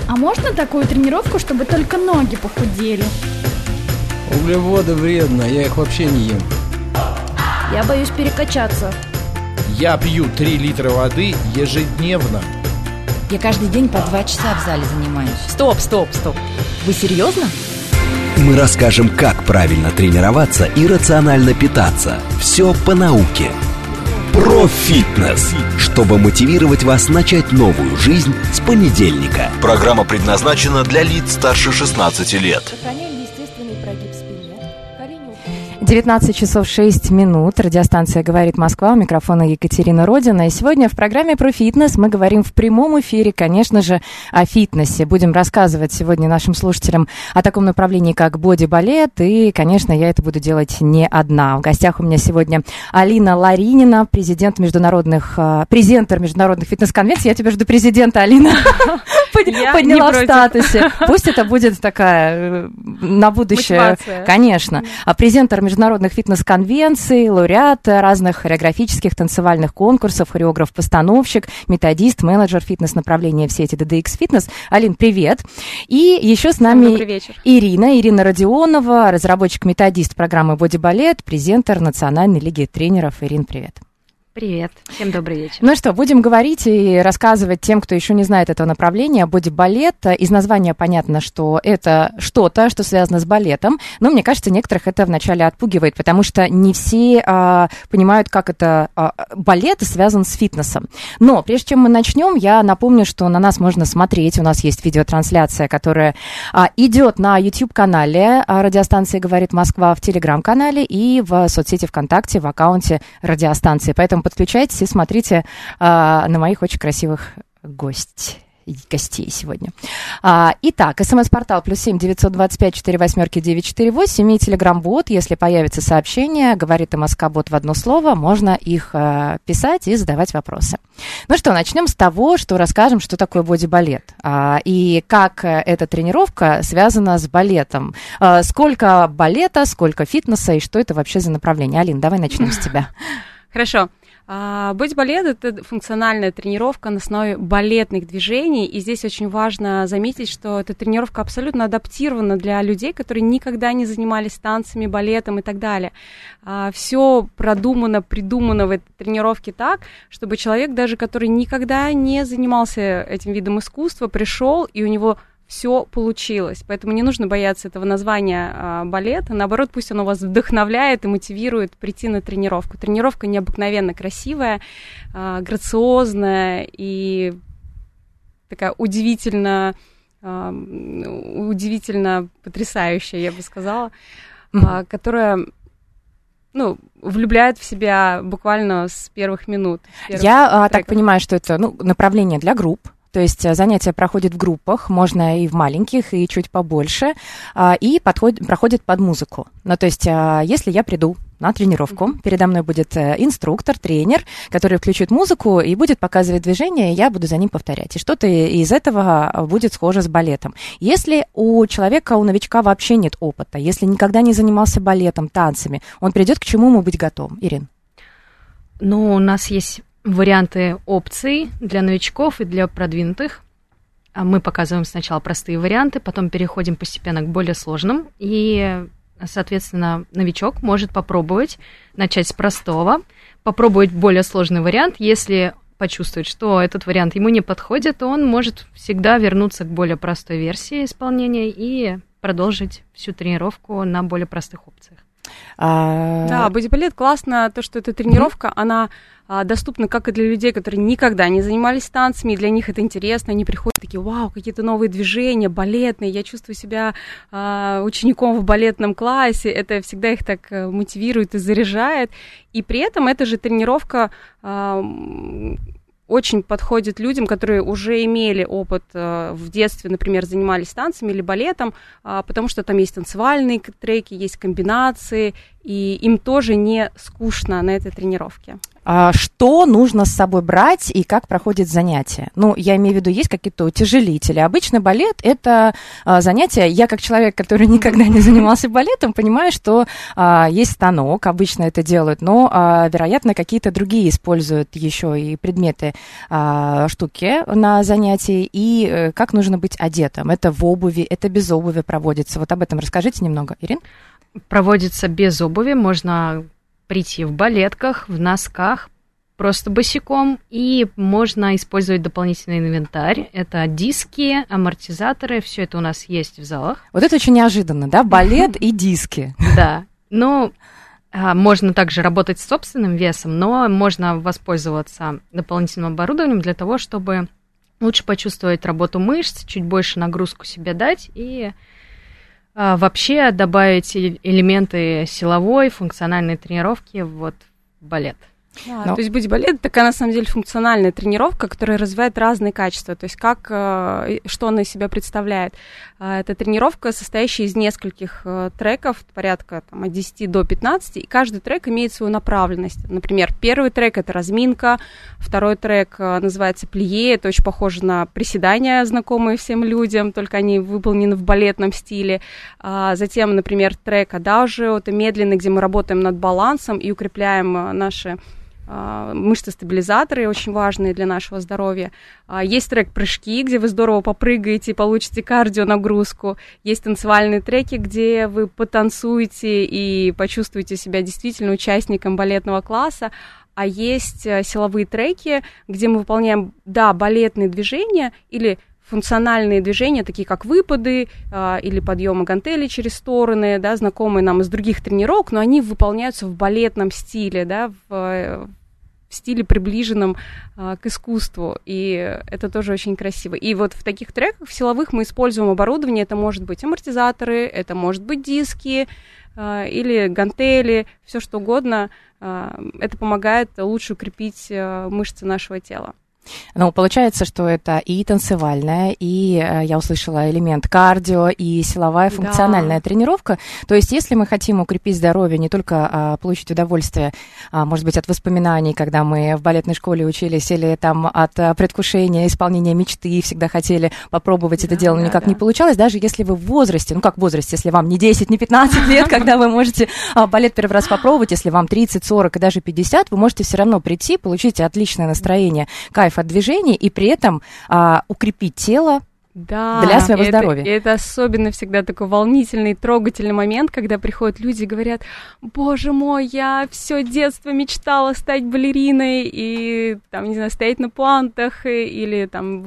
А можно такую тренировку, чтобы только ноги похудели? Углеводы вредно, я их вообще не ем. Я боюсь перекачаться. Я пью 3 литра воды ежедневно. Я каждый день по 2 часа в зале занимаюсь. Стоп. Вы серьезно? Мы расскажем, как правильно тренироваться и рационально питаться. Все по науке. Про-фитнес, чтобы мотивировать вас начать новую жизнь с понедельника. Программа предназначена для лиц старше 16 лет. 19 часов 6 минут. Радиостанция «Говорит Москва». У микрофона Екатерина Родина. И сегодня в программе про фитнес мы говорим в прямом эфире, конечно же, о фитнесе. Будем рассказывать сегодня нашим слушателям о таком направлении, как боди-балет. И, конечно, я это буду делать не одна. В гостях у меня сегодня Алина Ларинина, презентер международных фитнес-конвенций. Я тебя жду президента, Алина. Подняла в статусе. Пусть это будет такая на будущее. Конечно. Презентер международных фитнес-конвенций, лауреат разных хореографических, танцевальных конкурсов, хореограф-постановщик, методист, менеджер фитнес-направления в сети DDX Fitness. Алин, привет. И еще с нами Ирина Родионова, разработчик-методист программы «Боди-балет», презентер Национальной лиги тренеров. Ирин, привет. Привет, всем добрый вечер. Ну что, будем говорить и рассказывать тем, кто еще не знает этого направления, боди-балет. Из названия понятно, что это что-то, что связано с балетом, но мне кажется, некоторых это вначале отпугивает, потому что не все понимают, как это балет связан с фитнесом. Но прежде чем мы начнем, я напомню, что на нас можно смотреть, у нас есть видеотрансляция, которая идет на YouTube-канале радиостанции «Говорит Москва», в Telegram-канале и в соцсети ВКонтакте в аккаунте радиостанции. Поэтому подключайтесь и смотрите на моих очень красивых гостей сегодня. Итак, СМС-портал +7 925 48 948 и Телеграм-бот. Если появится сообщение, говорит МСК-бот в одно слово, можно их писать и задавать вопросы. Ну что, начнем с того, что расскажем, что такое боди-балет и как эта тренировка связана с балетом. Сколько балета, сколько фитнеса и что это вообще за направление? Алин, давай начнем с тебя. Хорошо. Боди-балет – это функциональная тренировка на основе балетных движений, и здесь очень важно заметить, что эта тренировка абсолютно адаптирована для людей, которые никогда не занимались танцами, балетом и так далее. Все продумано, придумано в этой тренировке так, чтобы человек, даже который никогда не занимался этим видом искусства, пришел, и у него все получилось, поэтому не нужно бояться этого названия балета, наоборот, пусть оно вас вдохновляет и мотивирует прийти на тренировку. Тренировка необыкновенно красивая, грациозная и такая удивительно потрясающая, я бы сказала, которая влюбляет в себя буквально с первых минут. Я так понимаю, что это направление для групп. То есть занятия проходят в группах, можно и в маленьких, и чуть побольше, и проходят под музыку. Ну, то есть если я приду на тренировку, передо мной будет инструктор, тренер, который включит музыку и будет показывать движения, и я буду за ним повторять. И что-то из этого будет схоже с балетом. Если у человека, у новичка вообще нет опыта, если никогда не занимался балетом, танцами, он придет к чему ему быть готовым? Ирин? У нас есть варианты опций для новичков и для продвинутых. Мы показываем сначала простые варианты, потом переходим постепенно к более сложным. И, соответственно, новичок может попробовать начать с простого, попробовать более сложный вариант. Если почувствует, что этот вариант ему не подходит, то он может всегда вернуться к более простой версии исполнения и продолжить всю тренировку на более простых опциях. Да, боди-балет классно, то, что эта тренировка, она доступна как и для людей, которые никогда не занимались танцами, и для них это интересно, они приходят такие, вау, какие-то новые движения, балетные, я чувствую себя учеником в балетном классе, это всегда их так мотивирует и заряжает, и при этом эта же тренировка очень подходит людям, которые уже имели опыт в детстве, например, занимались танцами или балетом, потому что там есть танцевальные треки, есть комбинации, и им тоже не скучно на этой тренировке. что нужно с собой брать и как проходит занятие? Ну, я имею в виду, есть какие-то утяжелители. Обычно балет – это занятие. Я, как человек, который никогда не занимался балетом, понимаю, что есть станок, обычно это делают, но, вероятно, какие-то другие используют еще и предметы, штуки на занятии. И как нужно быть одетым? Это в обуви, это без обуви проводится. Вот об этом расскажите немного, Ирин. Проводится без обуви, можно прийти в балетках, в носках, просто босиком, и можно использовать дополнительный инвентарь. Это диски, амортизаторы, все это у нас есть в залах. Вот это очень неожиданно, да? Балет и диски. Да, ну, можно также работать с собственным весом, но можно воспользоваться дополнительным оборудованием для того, чтобы лучше почувствовать работу мышц, чуть больше нагрузку себе дать и вообще добавить элементы силовой, функциональной тренировки в балет. Да, то есть бодибалет — такая, на самом деле, функциональная тренировка, которая развивает разные качества. То есть что она из себя представляет? Это тренировка, состоящая из нескольких треков, порядка от 10 до 15, и каждый трек имеет свою направленность. Например, первый трек — это разминка, второй трек называется плие, это очень похоже на приседания, знакомые всем людям, только они выполнены в балетном стиле. Затем, например, трек адажио, это медленный, где мы работаем над балансом и укрепляем наши мышцы-стабилизаторы, очень важные для нашего здоровья. Есть трек прыжки, где вы здорово попрыгаете и получите кардионагрузку. Есть танцевальные треки, где вы потанцуете и почувствуете себя действительно участником балетного класса. А есть силовые треки, где мы выполняем, балетные движения или функциональные движения, такие как выпады или подъемы гантелей через стороны, знакомые нам из других тренировок, но они выполняются в балетном стиле, в стиле, приближенном к искусству, и это тоже очень красиво. И вот в таких треках, в силовых, мы используем оборудование, это может быть амортизаторы, это может быть диски или гантели, все что угодно, это помогает лучше укрепить мышцы нашего тела. Ну, получается, что это и танцевальная, и, я услышала, элемент кардио, и силовая функциональная тренировка. То есть, если мы хотим укрепить здоровье, не только получить удовольствие, может быть, от воспоминаний, когда мы в балетной школе учились, или там от предвкушения, исполнения мечты, всегда хотели попробовать это дело, но никак не получалось, даже если вы в возрасте, если вам не 10, не 15 лет, когда вы можете балет первый раз попробовать, если вам 30, 40 и даже 50, вы можете все равно прийти, получить отличное настроение, кайф от движения и при этом укрепить тело для своего здоровья. Это особенно всегда такой волнительный, трогательный момент, когда приходят люди и говорят: боже мой, я все детство мечтала стать балериной и, стоять на пуантах или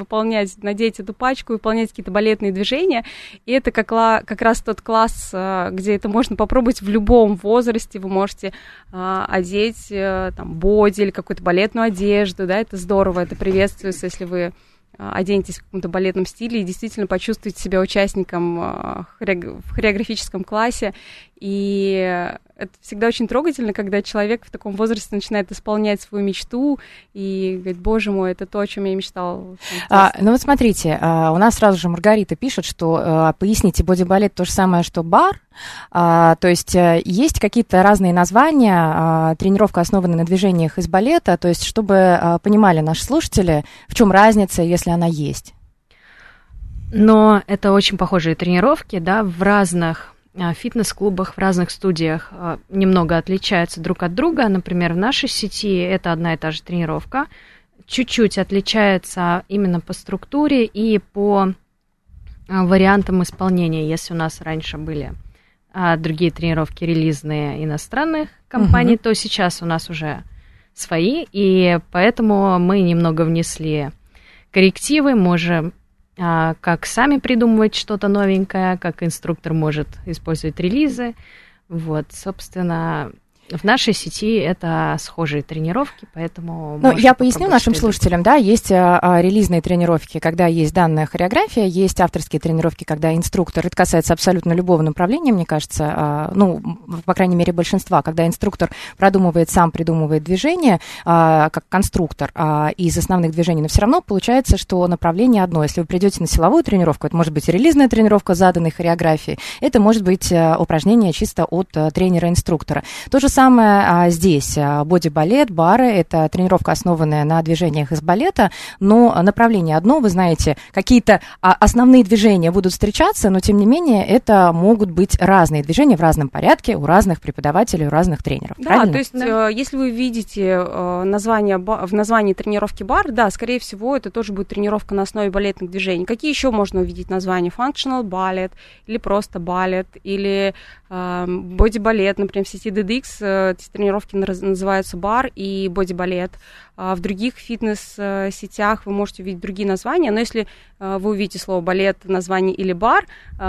надеть эту пачку, выполнять какие-то балетные движения. И это как раз тот класс, где это можно попробовать в любом возрасте. Вы можете одеть боди или какую-то балетную одежду, это здорово, это приветствуется, если вы оденетесь в каком-то балетном стиле и действительно почувствуете себя участником в хореографическом классе. И это всегда очень трогательно, когда человек в таком возрасте начинает исполнять свою мечту и говорит: боже мой, это то, о чем я мечтал. Вот смотрите, у нас сразу же Маргарита пишет, что, поясните, бодибалет то же самое, что бар. То есть есть какие-то разные названия, тренировка основана на движениях из балета, то есть чтобы понимали наши слушатели, в чем разница, если она есть. Но это очень похожие тренировки, в разных фитнес-клубах, в разных студиях немного отличаются друг от друга. Например, в нашей сети это одна и та же тренировка, чуть-чуть отличается именно по структуре и по вариантам исполнения. Если у нас раньше были другие тренировки релизные иностранных компаний, то сейчас у нас уже свои, и поэтому мы немного внесли коррективы, можем как сами придумывать что-то новенькое, как инструктор может использовать релизы. Собственно, в нашей сети это схожие тренировки, поэтому... я поясню нашим слушателям, есть релизные тренировки, когда есть данная хореография, есть авторские тренировки, когда инструктор, это касается абсолютно любого направления, мне кажется, по крайней мере, большинства, когда инструктор сам придумывает движение, как конструктор из основных движений, но все равно получается, что направление одно. Если вы придете на силовую тренировку, это может быть релизная тренировка заданной хореографии, это может быть упражнение чисто от тренера-инструктора. То же самое самое здесь. Боди-балет, бары – это тренировка, основанная на движениях из балета, но направление одно, вы знаете, какие-то основные движения будут встречаться, но, тем не менее, это могут быть разные движения в разном порядке у разных преподавателей, у разных тренеров. Да, правильно? то есть, если вы видите в названии тренировки бар, да, скорее всего, это тоже будет тренировка на основе балетных движений. Какие еще можно увидеть названия? Functional балет или просто балет, или боди-балет, например, в сети DDX эти тренировки называются бар и боди-балет. В других фитнес-сетях вы можете увидеть другие названия, но если вы увидите слово балет в названии или бар,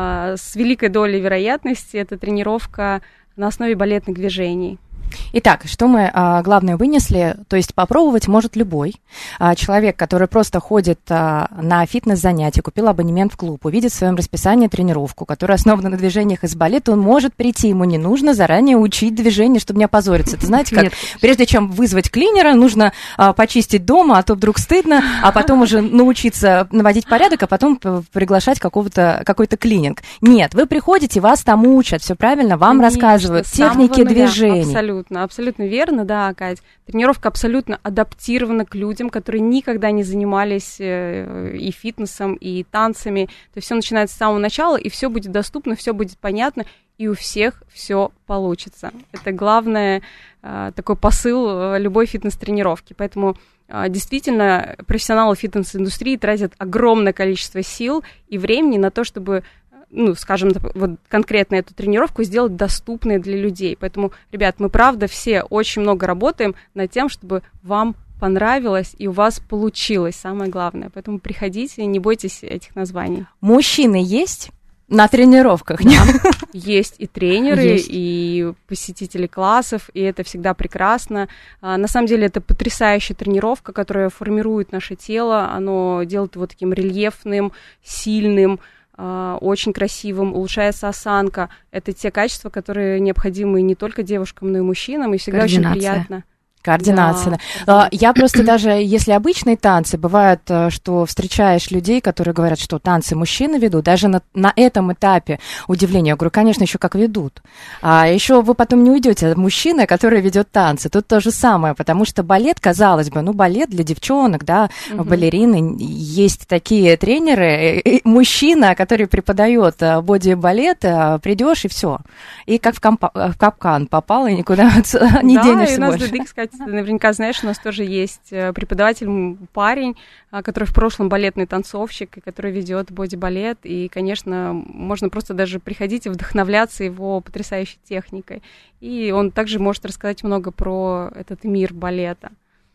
с великой долей вероятности это тренировка на основе балетных движений. Итак, что мы главное вынесли? То есть попробовать может любой человек, который просто ходит на фитнес-занятия, купил абонемент в клуб, увидит в своем расписании тренировку, которая основана на движениях из балета, он может прийти, ему не нужно заранее учить движения, чтобы не опозориться. Это знаете, как прежде чем вызвать клинера, нужно почистить дома, а то вдруг стыдно, а потом уже научиться наводить порядок, а потом приглашать какой-то клининг. Нет, вы приходите, вас там учат, все правильно, вам рассказывают техники движений. Абсолютно верно, да, Кать. Тренировка абсолютно адаптирована к людям, которые никогда не занимались и фитнесом, и танцами. То есть все начинается с самого начала, и все будет доступно, все будет понятно, и у всех все получится. Это главное такой посыл любой фитнес-тренировки. Поэтому действительно профессионалы фитнес-индустрии тратят огромное количество сил и времени на то, чтобы скажем, вот конкретно эту тренировку сделать доступной для людей. Поэтому, ребят, мы, правда, все очень много работаем над тем, чтобы вам понравилось и у вас получилось, самое главное. Поэтому приходите, не бойтесь этих названий. Мужчины есть на тренировках? Есть и тренеры, и посетители классов, и это всегда прекрасно. На самом деле это потрясающая тренировка, которая формирует наше тело, оно делает его таким рельефным, сильным, очень красивым, улучшается осанка. Это те качества, которые необходимы не только девушкам, но и мужчинам, и всегда очень приятно. Координация. Да. Я просто даже, если обычные танцы, бывает, что встречаешь людей, которые говорят, что танцы мужчины ведут, даже на этом этапе удивление. Я говорю, конечно, еще как ведут. А еще вы потом не уйдете от мужчины, который ведет танцы. Тут то же самое, потому что балет, казалось бы, балет для девчонок, да, балерины. Есть такие тренеры, мужчина, который преподает боди-балет, придешь и все. И как в капкан попал, и никуда не денешься больше. Да, и у нас кстати, ты наверняка знаешь, у нас тоже есть преподаватель, парень, который в прошлом балетный танцовщик, и который ведет боди-балет, и, конечно, можно просто даже приходить и вдохновляться его потрясающей техникой. И он также может рассказать много про этот мир балета.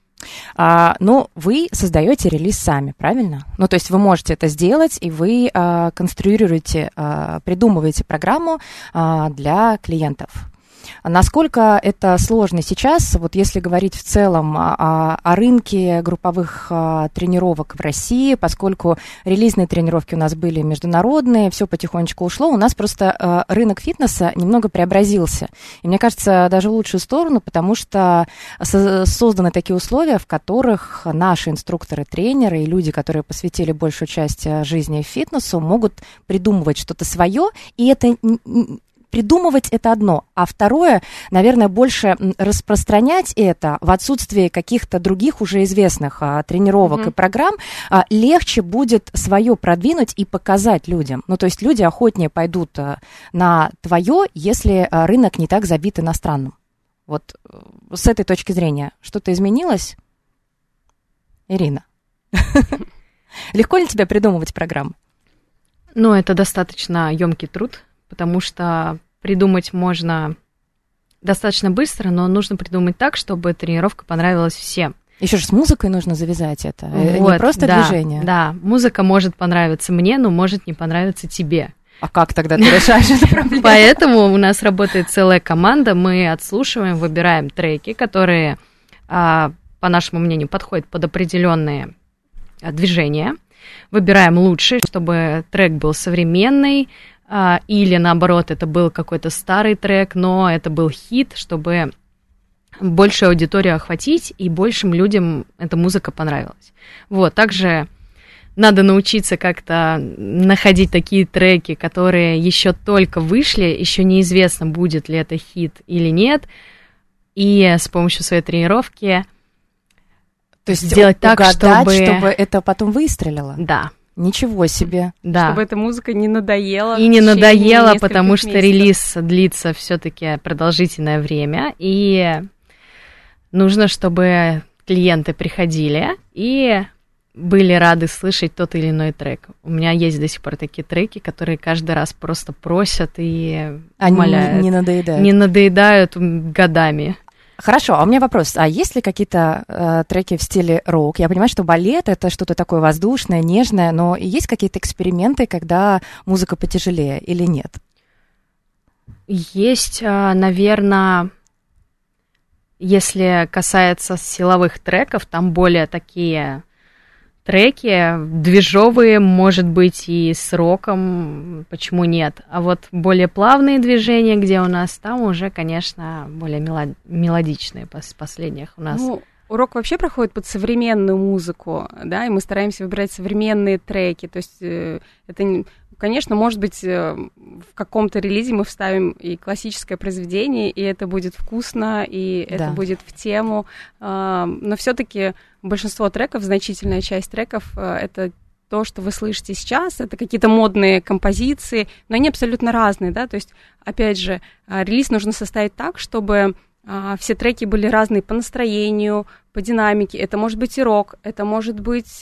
Но вы создаете релиз сами, правильно? То есть вы можете это сделать, и вы конструируете, придумываете программу для клиентов. Насколько это сложно сейчас, вот если говорить в целом о рынке групповых тренировок в России, поскольку релизные тренировки у нас были международные, все потихонечку ушло, у нас просто рынок фитнеса немного преобразился. И мне кажется, даже в лучшую сторону, потому что созданы такие условия, в которых наши инструкторы, тренеры и люди, которые посвятили большую часть жизни фитнесу, могут придумывать что-то свое, и это... Придумывать это одно, а второе, наверное, больше распространять это в отсутствии каких-то других уже известных тренировок и программ, легче будет свое продвинуть и показать людям. То есть люди охотнее пойдут на твое, если рынок не так забит иностранным. Вот с этой точки зрения что-то изменилось? Ирина, легко ли тебе придумывать программы? Это достаточно ёмкий труд. Потому что придумать можно достаточно быстро, но нужно придумать так, чтобы тренировка понравилась всем. Еще же с музыкой нужно завязать это, не просто движение. Да, музыка может понравиться мне, но может не понравиться тебе. А как тогда ты решаешь эту проблему? Поэтому у нас работает целая команда, мы отслушиваем, выбираем треки, которые, по нашему мнению, подходят под определенные движения. Выбираем лучший, чтобы трек был современный, или, наоборот, это был какой-то старый трек, но это был хит, чтобы большую аудиторию охватить, и большим людям эта музыка понравилась. Также надо научиться как-то находить такие треки, которые еще только вышли, еще неизвестно, будет ли это хит или нет. и с помощью своей тренировки то есть сделать так, чтобы это потом выстрелило. Да. Ничего себе. Да. Чтобы эта музыка не надоела. И не надоела, потому что релиз длится все-таки продолжительное время, и нужно, чтобы клиенты приходили и были рады слышать тот или иной трек. У меня есть до сих пор такие треки, которые каждый раз просто просят и умоляют. Они не надоедают. Не надоедают годами. Хорошо, а у меня вопрос. А есть ли какие-то треки в стиле рок? Я понимаю, что балет — это что-то такое воздушное, нежное, но есть какие-то эксперименты, когда музыка потяжелее или нет? Есть, наверное, если касается силовых треков, там более такие треки движовые, может быть, и с роком, почему нет. А вот более плавные движения, где у нас, там уже, конечно, более мелодичные последних у нас. Ну, урок вообще проходит под современную музыку, да, и мы стараемся выбирать современные треки. То есть это, конечно, может быть, в каком-то релизе мы вставим и классическое произведение, и это будет вкусно, и это будет в тему, но все-таки большинство треков, значительная часть треков, это то, что вы слышите сейчас, это какие-то модные композиции, но они абсолютно разные, да, то есть, опять же, релиз нужно составить так, чтобы все треки были разные по настроению, по динамике. Это может быть и рок, это может быть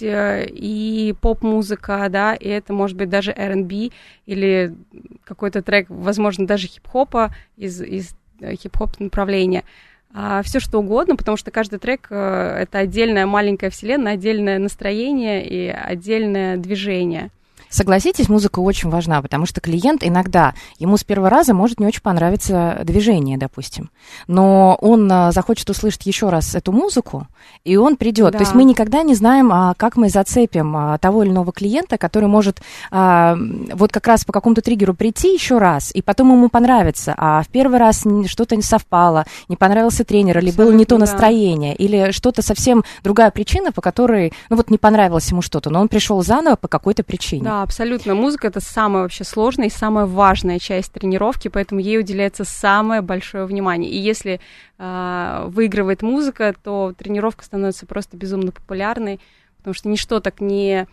и поп-музыка, да, и это может быть даже R&B или какой-то трек, возможно, даже хип-хопа из хип-хоп направления. Все что угодно, потому что каждый трек — это отдельная маленькая вселенная, отдельное настроение и отдельное движение. Согласитесь, музыка очень важна, потому что клиент иногда, ему с первого раза может не очень понравиться движение, допустим, но он захочет услышать еще раз эту музыку, и он придет. Да. То есть мы никогда не знаем, как мы зацепим того или иного клиента, который может вот как раз по какому-то триггеру прийти еще раз, и потом ему понравится, а в первый раз что-то не совпало, не понравился тренер, или было не то настроение, или что-то совсем другая причина, по которой, ну вот не понравилось ему что-то, но он пришел заново по какой-то причине. Да, абсолютно. Музыка — это самая вообще сложная и самая важная часть тренировки, поэтому ей уделяется самое большое внимание. И если выигрывает музыка, то тренировка становится просто безумно популярной, потому что ничто так не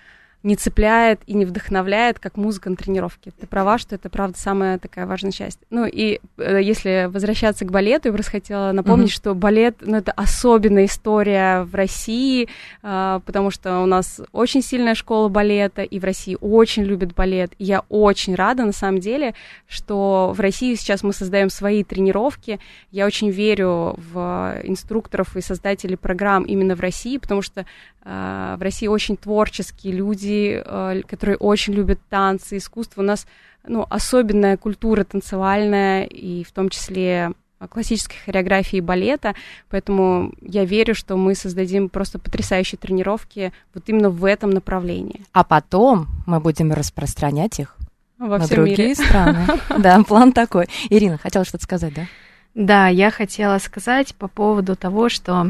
цепляет и не вдохновляет, как музыка на тренировке. Ты права, что это, правда, самая такая важная часть. Ну, и если возвращаться к балету, я просто хотела напомнить, что балет, ну, это особенная история в России, потому что у нас очень сильная школа балета, и в России очень любят балет. И я очень рада, на самом деле, что в России сейчас мы создаем свои тренировки. Я очень верю в инструкторов и создателей программ именно в России, потому что в России очень творческие люди, которые очень любят танцы, искусство. У нас, ну, особенная культура танцевальная, и в том числе классической хореографии и балета, поэтому я верю, что мы создадим просто потрясающие тренировки вот именно в этом направлении. А потом мы будем распространять их во на всем другие мире. страны. Да, план такой. Ирина, хотела что-то сказать, да? Да, я хотела сказать по поводу того, что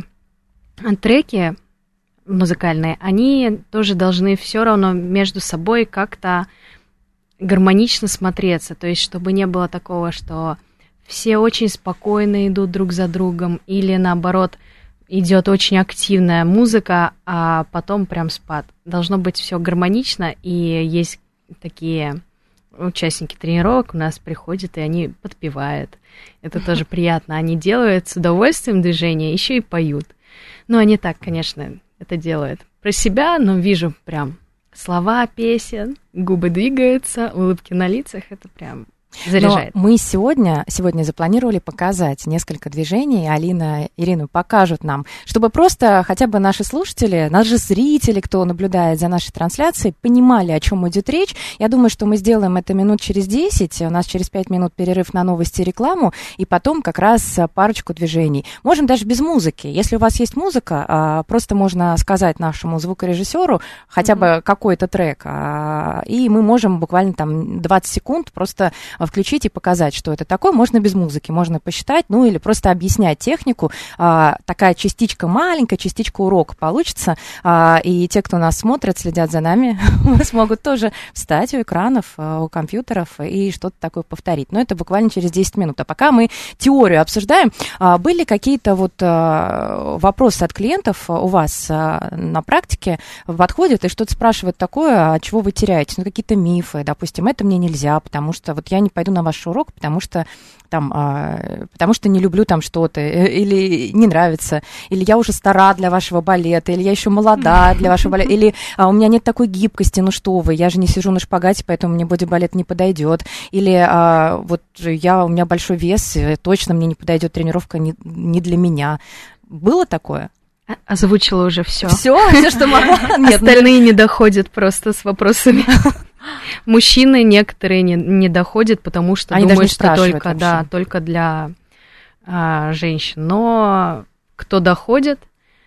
треки музыкальные, они тоже должны все равно между собой как-то гармонично смотреться, то есть чтобы не было такого, что все очень спокойно идут друг за другом, или наоборот идет очень активная музыка, а потом прям спад. Должно быть все гармонично, и есть такие участники тренировок у нас приходят, и они подпевают. Это тоже приятно. Они делают с удовольствием движения, еще и поют. Ну, они так, конечно, это делают про себя, но вижу прям слова песен, губы двигаются, улыбки на лицах, это прям заряжает. Но мы сегодня запланировали показать несколько движений. Алина, Ирина покажут нам, чтобы просто хотя бы наши слушатели, наши зрители, кто наблюдает за нашей трансляцией, понимали, о чем идет речь. Я думаю, что мы сделаем это минут через 10. У нас через 5 минут перерыв на новости и рекламу, и потом как раз парочку движений. Можем даже без музыки. Если у вас есть музыка, просто можно сказать нашему звукорежиссеру хотя бы какой-то трек, и мы можем буквально там 20 секунд просто включить и показать, что это такое. Можно без музыки, можно посчитать, ну или просто объяснять технику. Такая частичка маленькая, частичка урока получится. И те, кто нас смотрят, следят за нами, смогут тоже встать у экранов, у компьютеров и что-то такое повторить. Но это буквально через 10 минут. А пока мы теорию обсуждаем, были какие-то вот вопросы от клиентов у вас на практике, подходят и что-то спрашивают такое, от чего вы теряетесь? Ну, какие-то мифы, допустим, это мне нельзя, потому что вот я не пойду на ваш урок, потому что не люблю там что-то, или не нравится, или я уже стара для вашего балета, или я еще молода для вашего балета, или у меня нет такой гибкости, ну что вы, я же не сижу на шпагате, поэтому мне бодибалет не подойдет, или у меня большой вес, точно мне не подойдет тренировка не для меня. Было такое? Озвучила уже все. Все, что могла? Остальные не доходят просто с вопросами. Мужчины некоторые не доходят, потому что они думают, что только для женщин. Но кто доходит,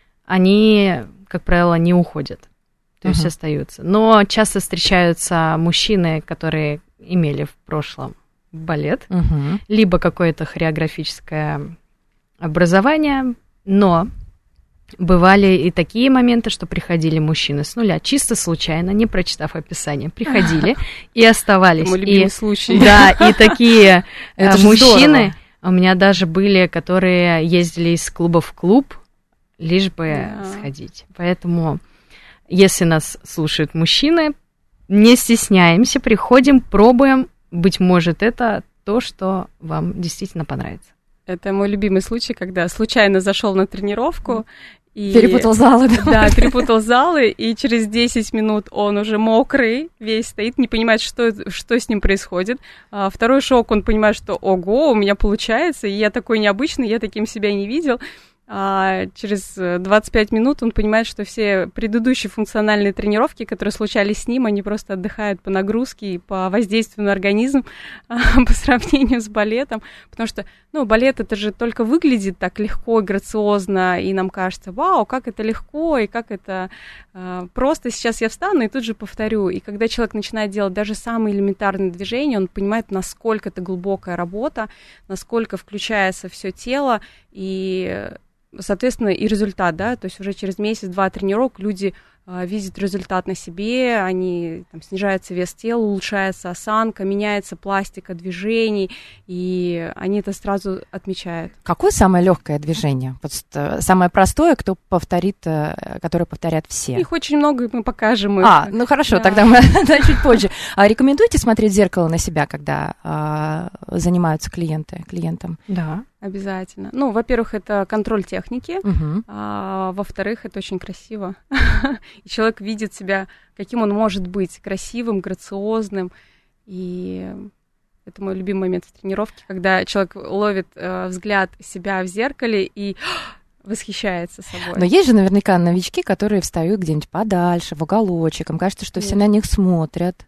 они, как правило, не уходят. То есть остаются. Но часто встречаются мужчины, которые имели в прошлом балет, либо какое-то хореографическое образование, но бывали и такие моменты, что приходили мужчины с нуля, чисто случайно, не прочитав описание, приходили и оставались. Мой любимый случай. Да, и такие мужчины у меня даже были, которые ездили из клуба в клуб, лишь бы сходить. Поэтому, если нас слушают мужчины, не стесняемся, приходим, пробуем. Быть может, это то, что вам действительно понравится. Это мой любимый случай, когда случайно зашел на тренировку. И, перепутал залы. Да, перепутал залы, и через 10 минут он уже мокрый, весь стоит, не понимает, что с ним происходит. Второй шок, он понимает, что ого, у меня получается, и я такой необычный, я таким себя не видел. Через 25 минут он понимает, что все предыдущие функциональные тренировки, которые случались с ним, они просто отдыхают по нагрузке и по воздействию на организм по сравнению с балетом, потому что, балет это же только выглядит так легко и грациозно, и нам кажется, вау, как это легко, и как это просто сейчас я встану и тут же повторю, и когда человек начинает делать даже самые элементарные движения, он понимает, насколько это глубокая работа, насколько включается все тело, и соответственно, и результат, да, то есть уже через месяц-два тренировок люди видят результат на себе, снижается вес тела, улучшается осанка, меняется пластика движений, и они это сразу отмечают. Какое самое легкое движение? Вот самое простое, которое повторят все? Их очень много, и мы покажем их. Хорошо, да. Тогда мы чуть позже. Рекомендуете смотреть в зеркало на себя, когда занимаются клиентом? Да. Обязательно. Во-первых, это контроль техники, во-вторых, это очень красиво. И человек видит себя, каким он может быть, красивым, грациозным. И это мой любимый момент в тренировке, когда человек ловит взгляд себя в зеркале и восхищается собой. Но есть же наверняка новички, которые встают где-нибудь подальше, в уголочек. Им кажется, что все на них смотрят.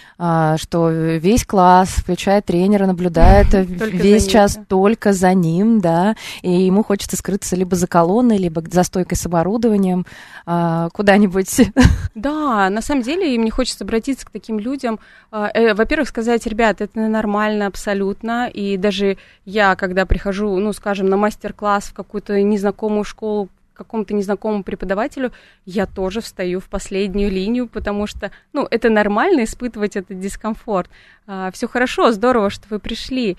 Что весь класс, включая тренера, наблюдает весь час только за ним, да, и ему хочется скрыться либо за колонной, либо за стойкой с оборудованием куда-нибудь. Да, на самом деле им не хочется обратиться к таким людям. Во-первых, сказать, ребят, это нормально абсолютно, и даже я, когда прихожу, на мастер-класс в какую-то незнакомую школу, какому-то незнакомому преподавателю, я тоже встаю в последнюю линию, потому что, это нормально испытывать этот дискомфорт. Все хорошо, здорово, что вы пришли.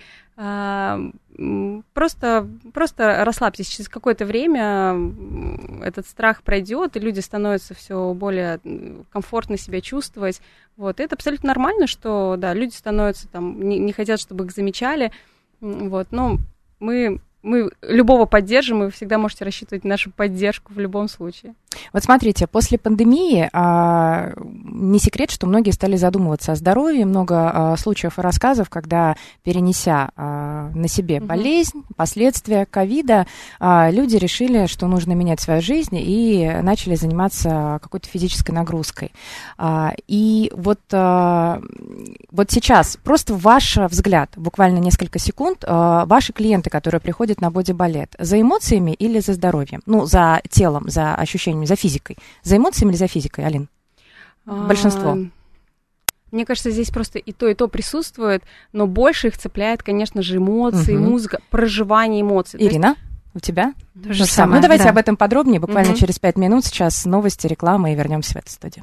Просто расслабьтесь. Через какое-то время этот страх пройдет, и люди становятся все более комфортно себя чувствовать. Вот. И это абсолютно нормально, что, да, люди становятся не хотят, чтобы их замечали. Вот. Но мы любого поддержим, и вы всегда можете рассчитывать на нашу поддержку в любом случае. Вот смотрите, после пандемии не секрет, что многие стали задумываться о здоровье. Много случаев и рассказов, когда, перенеся на себе болезнь, последствия ковида, люди решили, что нужно менять свою жизнь, и начали заниматься какой-то физической нагрузкой. И вот сейчас, просто ваш взгляд, буквально несколько секунд, ваши клиенты, которые приходят на бодибалет, за эмоциями или за здоровьем? За телом, за ощущениями, за физикой. За эмоциями или за физикой, Алин? Большинство. Мне кажется, здесь просто и то присутствует, но больше их цепляет, конечно же, эмоции, музыка, проживание эмоций. Ирина, у тебя? То же самое. Ну, давайте об этом подробнее, буквально через 5 минут. Сейчас новости, реклама, и вернемся в эту студию.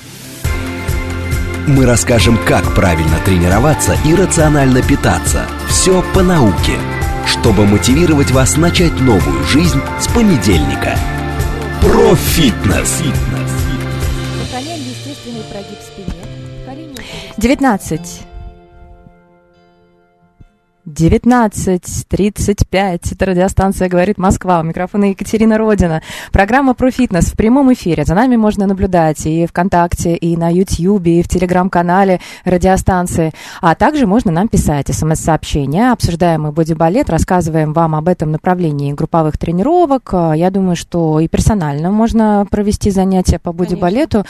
Мы расскажем, как правильно тренироваться и рационально питаться. Все по науке, чтобы мотивировать вас начать новую жизнь с понедельника. Профитнес. 19:35. Это радиостанция «Говорит Москва». У микрофона Екатерина Родина. Программа «Про фитнес» в прямом эфире. За нами можно наблюдать и ВКонтакте, и на Ютьюбе, и в Телеграм-канале радиостанции. А также можно нам писать СМС-сообщения. Обсуждаем мы бодибалет, рассказываем вам об этом направлении групповых тренировок. Я думаю, что и персонально можно провести занятия по бодибалету.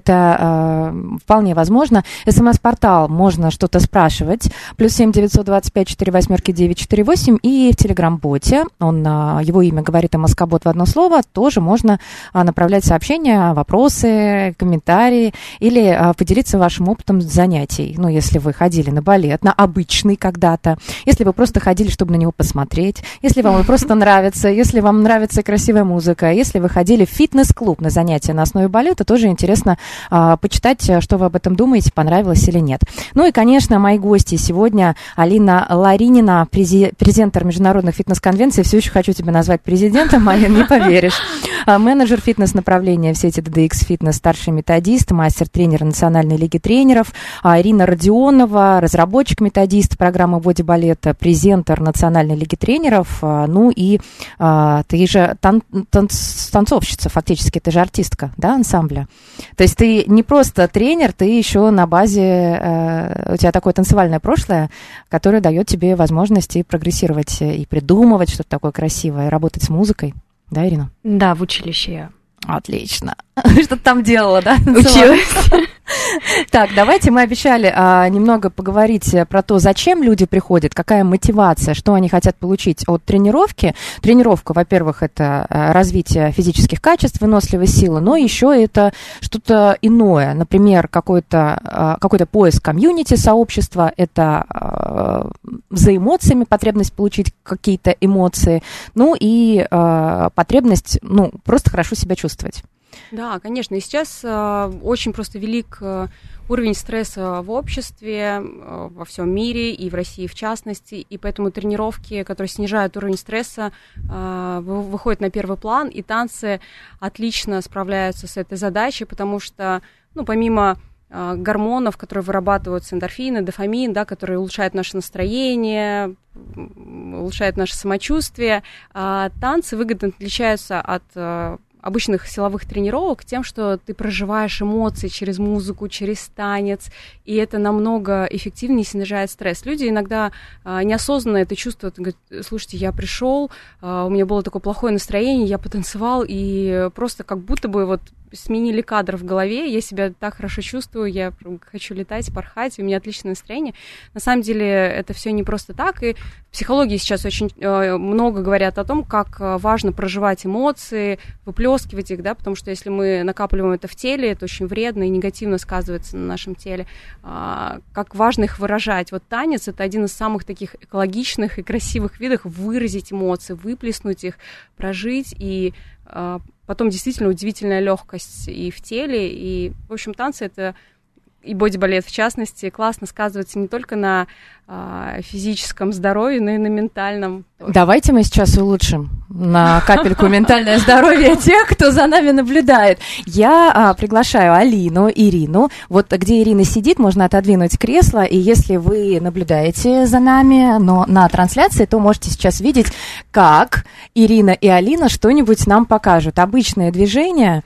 Это вполне возможно. СМС-портал, можно что-то спрашивать. +7 925 4 948, и в Телеграм-боте, его имя говорит МСК-бот в одно слово, тоже можно направлять сообщения, вопросы, комментарии или поделиться вашим опытом занятий. Ну, если вы ходили на балет, на обычный когда-то, если вы просто ходили, чтобы на него посмотреть, если вам просто нравится, если вам нравится красивая музыка, если вы ходили в фитнес-клуб на занятия на основе балета, тоже интересно почитать, что вы об этом думаете, понравилось или нет. Ну и, конечно, мои гости сегодня: Алина Ларинина, презентер международных фитнес-конвенций. Все еще хочу тебя назвать президентом, Алин, не поверишь. Менеджер фитнес-направления в сети DDX Fitness, старший методист, мастер-тренер Национальной лиги тренеров. Ирина Родионова, разработчик-методист программы бодибалета, презентер Национальной лиги тренеров. Ну и ты же танцовщица, фактически, ты же артистка, да, ансамбля. То есть ты не просто тренер, ты еще на базе, у тебя такое танцевальное прошлое, которое дает тебе возможности прогрессировать и придумывать что-то такое красивое, работать с музыкой. Да, Ирина? Да, в училище я. Отлично. Что ты там делала, да? Училась. Так, давайте, мы обещали немного поговорить про то, зачем люди приходят, какая мотивация, что они хотят получить от тренировки. Тренировка, во-первых, это развитие физических качеств, выносливость, силы, но еще это что-то иное. Например, какой-то поиск комьюнити, сообщества, это за эмоциями, потребность получить какие-то эмоции, ну и потребность, просто хорошо себя чувствовать. Да, конечно. И сейчас очень просто велик уровень стресса в обществе, во всем мире и в России в частности. И поэтому тренировки, которые снижают уровень стресса, выходят на первый план. И танцы отлично справляются с этой задачей, потому что, помимо гормонов, которые вырабатываются, эндорфины, дофамин, да, которые улучшают наше настроение, улучшают наше самочувствие, танцы выгодно отличаются от обычных силовых тренировок тем, что ты проживаешь эмоции через музыку, через танец, и это намного эффективнее снижает стресс. Люди иногда неосознанно это чувствуют, говорят: слушайте, я пришел, у меня было такое плохое настроение, я потанцевал, и просто как будто бы сменили кадр в голове, я себя так хорошо чувствую, я хочу летать, порхать, у меня отличное настроение. На самом деле это все не просто так, и в психологии сейчас очень много говорят о том, как важно проживать эмоции, выплескивать их, да, потому что если мы накапливаем это в теле, это очень вредно и негативно сказывается на нашем теле. Как важно их выражать. Танец — это один из самых таких экологичных и красивых видов выразить эмоции, выплеснуть их, прожить, и потом действительно удивительная легкость и в теле, и, в общем, танцы — это, и бодибалет в частности, классно сказывается не только на физическом здоровье, но и на ментальном. Давайте мы сейчас улучшим на капельку ментальное здоровье тех, кто за нами наблюдает. Я приглашаю Алину, Ирину. Где Ирина сидит, можно отодвинуть кресло, и если вы наблюдаете за нами, но на трансляции, то можете сейчас видеть, как Ирина и Алина что-нибудь нам покажут. Обычные движения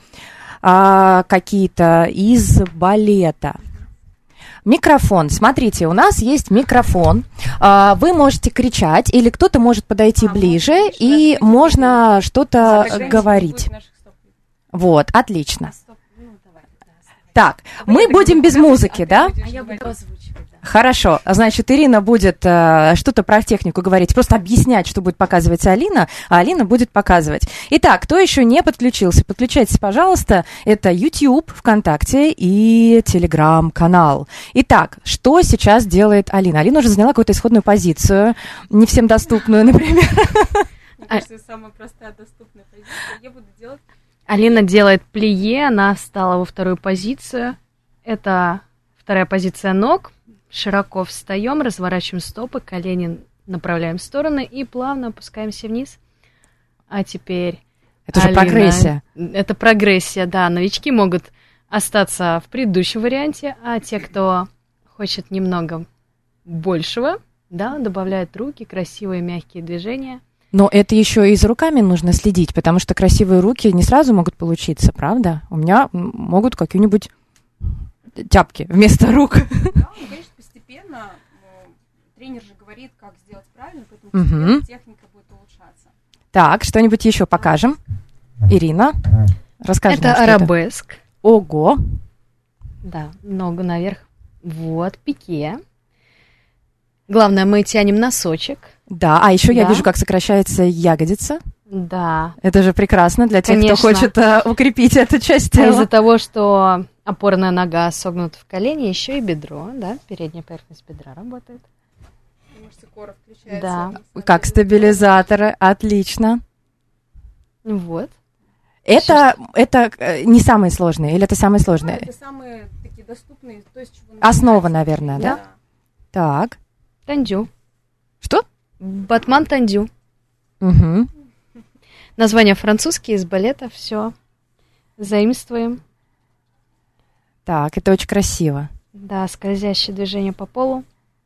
какие-то из балета. Микрофон. Смотрите, у нас есть микрофон. Вы можете кричать, или кто-то может подойти ближе, и можно что-то говорить. Отлично. Так, мы будем без музыки, да? Я буду озвучивать. Хорошо, значит, Ирина будет что-то про технику говорить, просто объяснять, что будет показывать Алина, а Алина будет показывать. Итак, кто еще не подключился, подключайтесь, пожалуйста. Это YouTube, ВКонтакте и Telegram-канал. Итак, что сейчас делает Алина? Алина уже заняла какую-то исходную позицию, не всем доступную, например. Мне кажется, самая простая доступная позиция. Я буду делать... Алина делает плие, она встала во вторую позицию. Это вторая позиция ног. Широко встаем, разворачиваем стопы, колени направляем в стороны и плавно опускаемся вниз. А теперь... Это же прогрессия. Это прогрессия, да. Новички могут остаться в предыдущем варианте, а те, кто хочет немного большего, да, добавляют руки, красивые мягкие движения. Но это еще и за руками нужно следить, потому что красивые руки не сразу могут получиться, правда? У меня могут какие-нибудь тяпки вместо рук. Да, ну, конечно, постепенно. Тренер же говорит, как сделать правильно, поэтому постепенно техника будет улучшаться. Так, что-нибудь еще покажем. Ирина, расскажи нам, это арабеск. Ого! Да, ногу наверх. Вот, пике. Главное, мы тянем носочек. Да, а еще я вижу, как сокращается ягодица. Да. Это же прекрасно для тех, Конечно. кто хочет укрепить эту часть тела. А из-за того, что опорная нога согнута в колени, еще и бедро, да, передняя поверхность бедра работает. Мышцы кора включаются. Да. Как стабилизаторы, отлично. Вот. Это не самые сложные, или это самые сложные? Это самые такие доступные, то есть чего основа, наверное, да? Да. Так. Тандю. Что? Батман тандю. Угу. Название французские из балета, все. Заимствуем. Так, это очень красиво. Да, скользящее движение по полу.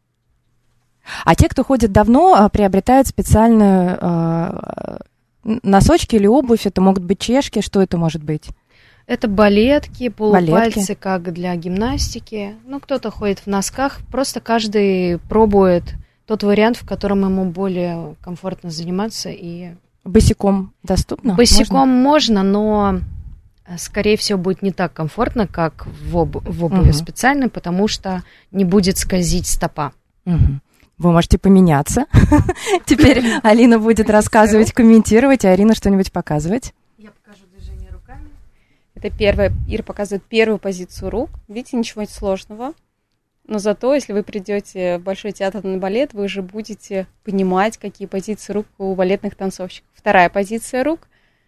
А те, кто ходит давно, приобретают специальную носочки или обувь. Это могут быть чешки. Что это может быть? Это балетки, полупальцы, как для гимнастики. Ну, кто-то ходит в носках. Просто каждый пробует тот вариант, в котором ему более комфортно заниматься. И босиком доступно? Босиком можно, но, скорее всего, будет не так комфортно, как в обуви специальной, потому что не будет скользить стопа. Вы можете поменяться. Теперь Алина будет рассказывать, комментировать, а Арина что-нибудь показывать. Я покажу движение руками. Это первое. Ира показывает первую позицию рук. Видите, ничего сложного. Но зато, если вы придете в Большой театр на балет, вы уже будете понимать, какие позиции рук у балетных танцовщиков. Вторая позиция рук.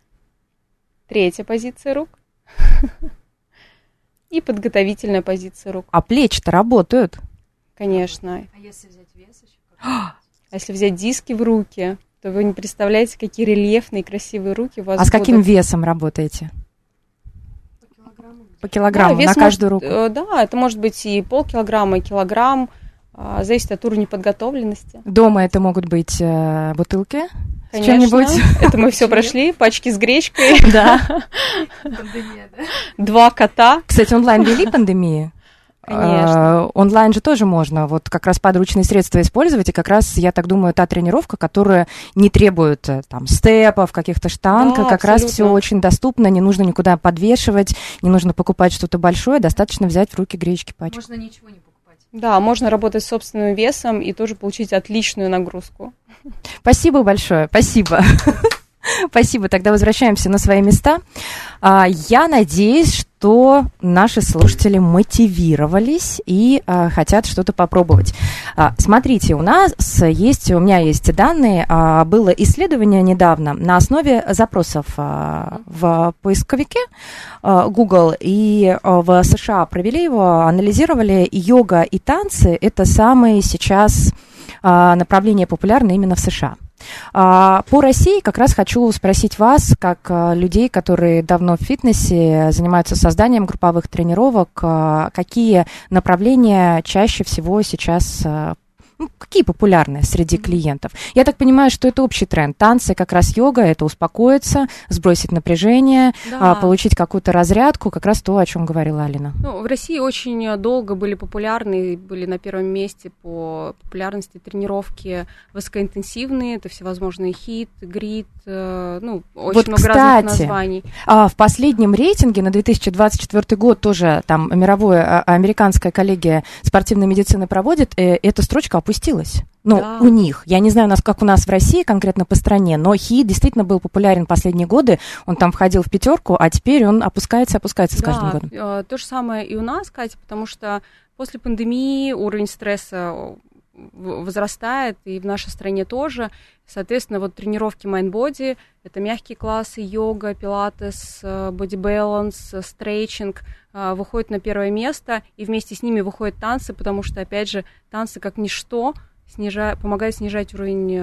Третья позиция рук. И подготовительная позиция рук. А плечи-то работают. Конечно. А если взять вес еще? А если взять диски в руки, то вы не представляете, какие рельефные и красивые руки у вас будут. А с каким весом работаете? По килограмму, да, на каждую руку? Да, это может быть и полкилограмма, и килограмм. Зависит от уровня подготовленности. Дома это могут быть бутылки? Конечно, это мы все прошли, пачки с гречкой. Да. 2 кота. Кстати, онлайн вели пандемии? Конечно. Онлайн же тоже можно вот как раз подручные средства использовать, и как раз, я так думаю, та тренировка, которая не требует там степов, каких-то штанг, да, как раз все очень доступно, не нужно никуда подвешивать, не нужно покупать что-то большое, достаточно взять в руки гречки пачку. Можно ничего не покупать. Да, можно работать с собственным весом и тоже получить отличную нагрузку. Спасибо большое, спасибо. Спасибо, тогда возвращаемся на свои места. Я надеюсь, что наши слушатели мотивировались и хотят что-то попробовать. Смотрите, у меня есть данные, было исследование недавно на основе запросов в поисковике Google, и в США провели его, анализировали йога и танцы, это самые сейчас направления популярные именно в США. По России как раз хочу спросить вас, как людей, которые давно в фитнесе, занимаются созданием групповых тренировок, какие направления чаще всего сейчас какие популярные среди клиентов? Я так понимаю, что это общий тренд. Танцы, как раз йога, это успокоиться, сбросить напряжение, получить какую-то разрядку, как раз то, о чем говорила Алина. Ну, в России очень долго были популярны, были на первом месте по популярности тренировки высокоинтенсивные, это всевозможные HIIT, GRIT, очень много разных названий. В последнем рейтинге на 2024 год тоже там американская коллегия спортивной медицины проводит, эта строчка опустилась. У них. Я не знаю, как у нас в России, конкретно по стране, но HIIT действительно был популярен последние годы. Он там входил в 5, а теперь он опускается с каждым годом. То же самое и у нас, Катя, потому что после пандемии уровень стресса возрастает, и в нашей стране тоже. Соответственно, вот тренировки Mind-Body, это мягкие классы, йога, пилатес, боди-баланс, стретчинг выходят на первое место, и вместе с ними выходят танцы, потому что, опять же, танцы как ничто помогают снижать уровень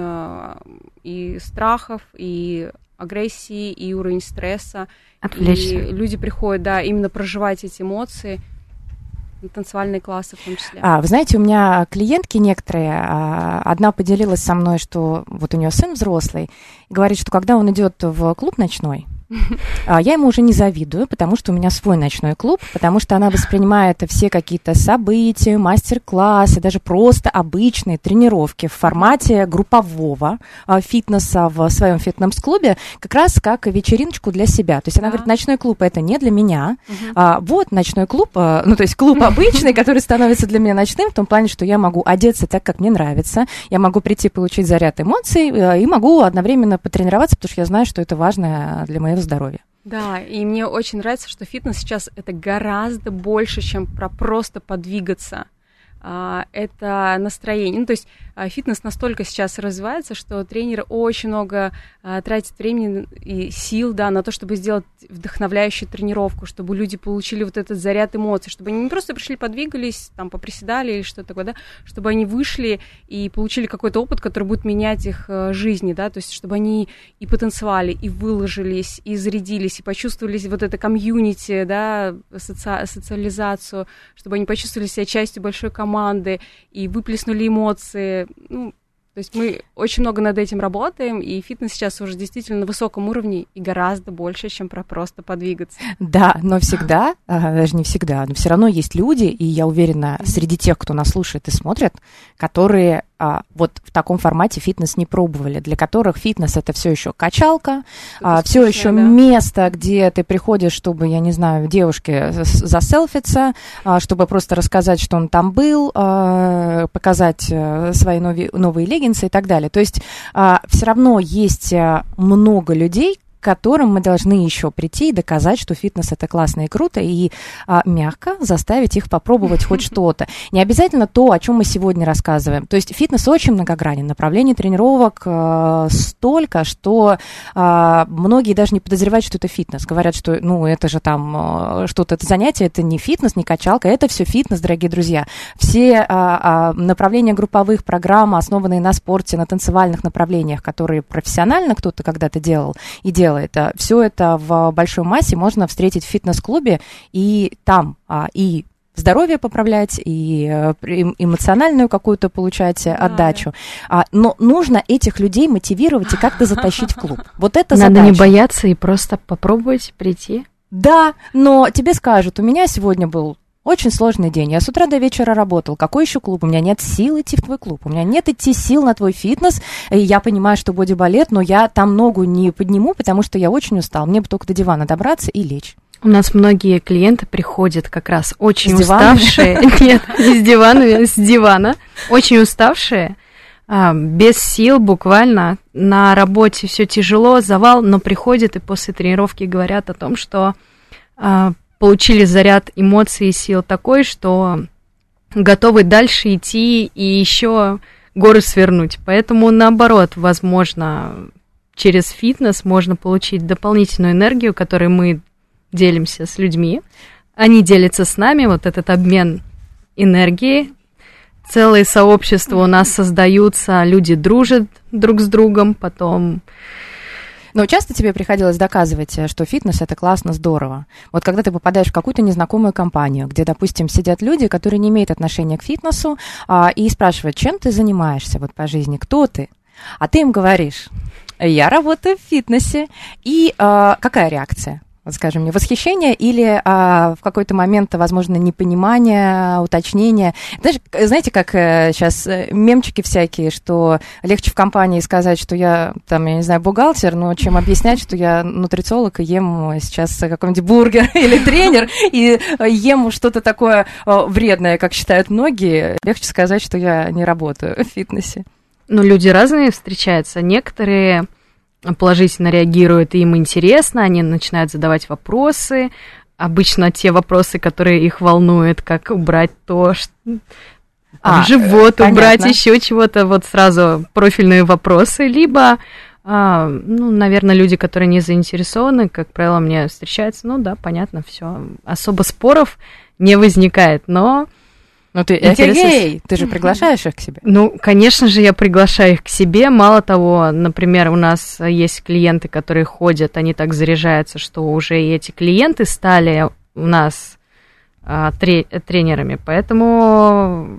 и страхов, и агрессии, и уровень стресса. Отвлечься. И люди приходят, именно проживать эти эмоции, танцевальные классы в том числе. Вы знаете, у меня клиентки некоторые, одна поделилась со мной, что вот у нее сын взрослый, и говорит, что когда он идет в клуб ночной, я ему уже не завидую, потому что у меня свой ночной клуб, потому что она воспринимает все какие-то события, мастер-классы, даже просто обычные тренировки в формате группового фитнеса в своем фитнес-клубе, как раз как вечериночку для себя. То есть она говорит, ночной клуб это не для меня, вот ночной клуб, то есть клуб обычный, который становится для меня ночным, в том плане, что я могу одеться так, как мне нравится, я могу прийти получить заряд эмоций и могу одновременно потренироваться, потому что я знаю, что это важно для моего здоровья. Да, и мне очень нравится, что фитнес сейчас это гораздо больше, чем про просто подвигаться. Это настроение. То есть фитнес настолько сейчас развивается, что тренеры очень много тратят времени и сил, на то, чтобы сделать вдохновляющую тренировку, чтобы люди получили вот этот заряд эмоций, чтобы они не просто пришли, подвигались, поприседали или что-то такое, чтобы они вышли и получили какой-то опыт, который будет менять их жизни, то есть чтобы они и потанцевали, и выложились, и зарядились, и почувствовали вот это комьюнити, социализацию, чтобы они почувствовали себя частью большой команды и выплеснули эмоции. То есть мы очень много над этим работаем, и фитнес сейчас уже действительно на высоком уровне и гораздо больше, чем про просто подвигаться. Да, но всегда, даже не всегда, но все равно есть люди, и я уверена, среди тех, кто нас слушает и смотрит, которые вот в таком формате фитнес не пробовали, для которых фитнес это все еще качалка, все еще место, где ты приходишь, чтобы, я не знаю, девушке заселфиться, чтобы просто рассказать, что он там был, показать свои новые леггинсы и так далее. То есть все равно есть много людей, к которым мы должны еще прийти и доказать, что фитнес это классно и круто, и мягко заставить их попробовать хоть что-то. Не обязательно то, о чем мы сегодня рассказываем. То есть фитнес очень многогранен, направлений тренировок столько, что многие даже не подозревают, что это фитнес. Говорят, что это же там что-то, это занятие, это не фитнес, не качалка, это все фитнес, дорогие друзья. Все направления групповых программ, основанные на спорте, на танцевальных направлениях, которые профессионально кто-то когда-то делал и делает, все это в большой массе можно встретить в фитнес-клубе, и там и здоровье поправлять, и эмоциональную какую-то получать отдачу. Но нужно этих людей мотивировать и как-то затащить в клуб. Вот это задача. Надо не бояться и просто попробовать прийти. Да, но тебе скажут, у меня сегодня был очень сложный день. Я с утра до вечера работал. Какой еще клуб? У меня нет сил идти в твой клуб. У меня нет идти сил на твой фитнес. И я понимаю, что бодибалет, но я там ногу не подниму, потому что я очень устал. Мне бы только до дивана добраться и лечь. У нас многие клиенты приходят как раз очень уставшие. Нет, не с дивана, с дивана. Очень уставшие, без сил буквально. На работе все тяжело, завал, но приходят и после тренировки говорят о том, что получили заряд эмоций и сил такой, что готовы дальше идти и еще горы свернуть. Поэтому, наоборот, возможно, через фитнес можно получить дополнительную энергию, которой мы делимся с людьми. Они делятся с нами, вот этот обмен энергией. Целые сообщества у нас создаются, люди дружат друг с другом, потом... Но часто тебе приходилось доказывать, что фитнес – это классно, здорово? Вот когда ты попадаешь в какую-то незнакомую компанию, где, допустим, сидят люди, которые не имеют отношения к фитнесу, и спрашивают, чем ты занимаешься вот по жизни, кто ты? А ты им говоришь, я работаю в фитнесе. И какая реакция? Вот скажи мне, восхищение или в какой-то момент, возможно, непонимание, уточнение? Даже, знаете, как сейчас мемчики всякие, что легче в компании сказать, что я, там, я не знаю, бухгалтер, но чем объяснять, что я нутрициолог и ем сейчас какой-нибудь бургер или тренер, и ем что-то такое вредное, как считают многие, легче сказать, что я не работаю в фитнесе. Ну, люди разные встречаются. Некоторые положительно реагируют, и им интересно, они начинают задавать вопросы. Обычно те вопросы, которые их волнуют, как убрать то, живот, понятно. Убрать еще чего-то, вот сразу профильные вопросы. Либо, наверное, люди, которые не заинтересованы, как правило, мне встречаются, ну да, понятно, все. Особо споров не возникает, но... Ну, ты же приглашаешь их к себе? Ну, конечно же, я приглашаю их к себе. Мало того, например, у нас есть клиенты, которые ходят, они так заряжаются, что уже и эти клиенты стали у нас тренерами. Поэтому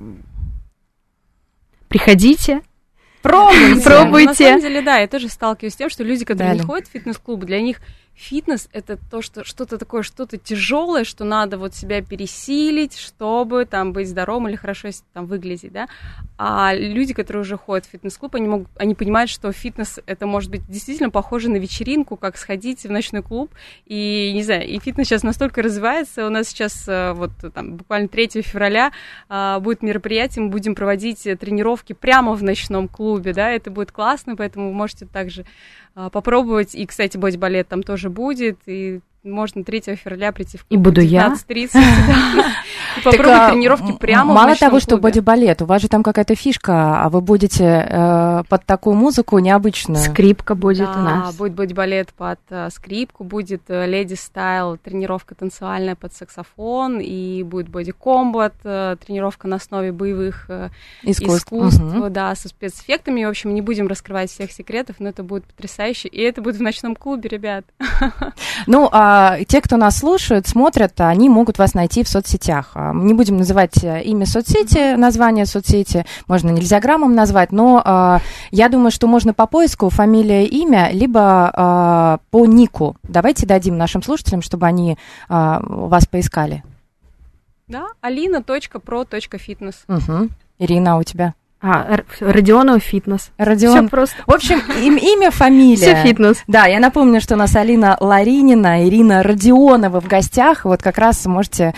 приходите. Пробуйте. На самом деле, да, я тоже сталкиваюсь с тем, что люди, которые не ходят в фитнес-клубы, для них фитнес – это то, что что-то такое, что-то тяжелое, что надо вот себя пересилить, чтобы там быть здоровым или хорошо там выглядеть, да. А люди, которые уже ходят в фитнес-клуб, они понимают, что фитнес – это может быть действительно похоже на вечеринку, как сходить в ночной клуб. И, не знаю, и фитнес сейчас настолько развивается. У нас сейчас вот там буквально 3 февраля будет мероприятие, мы будем проводить тренировки прямо в ночном клубе, да, это будет классно, поэтому вы можете также попробовать. И, кстати, бодибалет там тоже будет, и можно 3 февраля прийти в клуб. И буду 19:30, да. И попробовать тренировки прямо в ночном клубе. Мало того, что бодибалет, у вас же там какая-то фишка, а вы будете под такую музыку необычную. Скрипка будет у нас. Да, будет бодибалет под скрипку, будет леди стайл, тренировка танцевальная под саксофон, и будет боди-комбат, тренировка на основе боевых искусств, да, со спецэффектами. В общем, не будем раскрывать всех секретов, но это будет потрясающе, и это будет в ночном клубе, ребят. Ну, те, кто нас слушают, смотрят, они могут вас найти в соцсетях. Не будем называть имя соцсети, название соцсети, можно нельзяграммом назвать, но я думаю, что можно по поиску фамилия, имя, либо по нику. Давайте дадим нашим слушателям, чтобы они вас поискали. Да, alina.pro.fitness. Угу. Ирина, у тебя? Родионова фитнес. Родион. Всё просто. В общем, имя, фамилия. Все фитнес. Да, я напомню, что у нас Алина Ларинина, Ирина Родионова в гостях. Вот как раз можете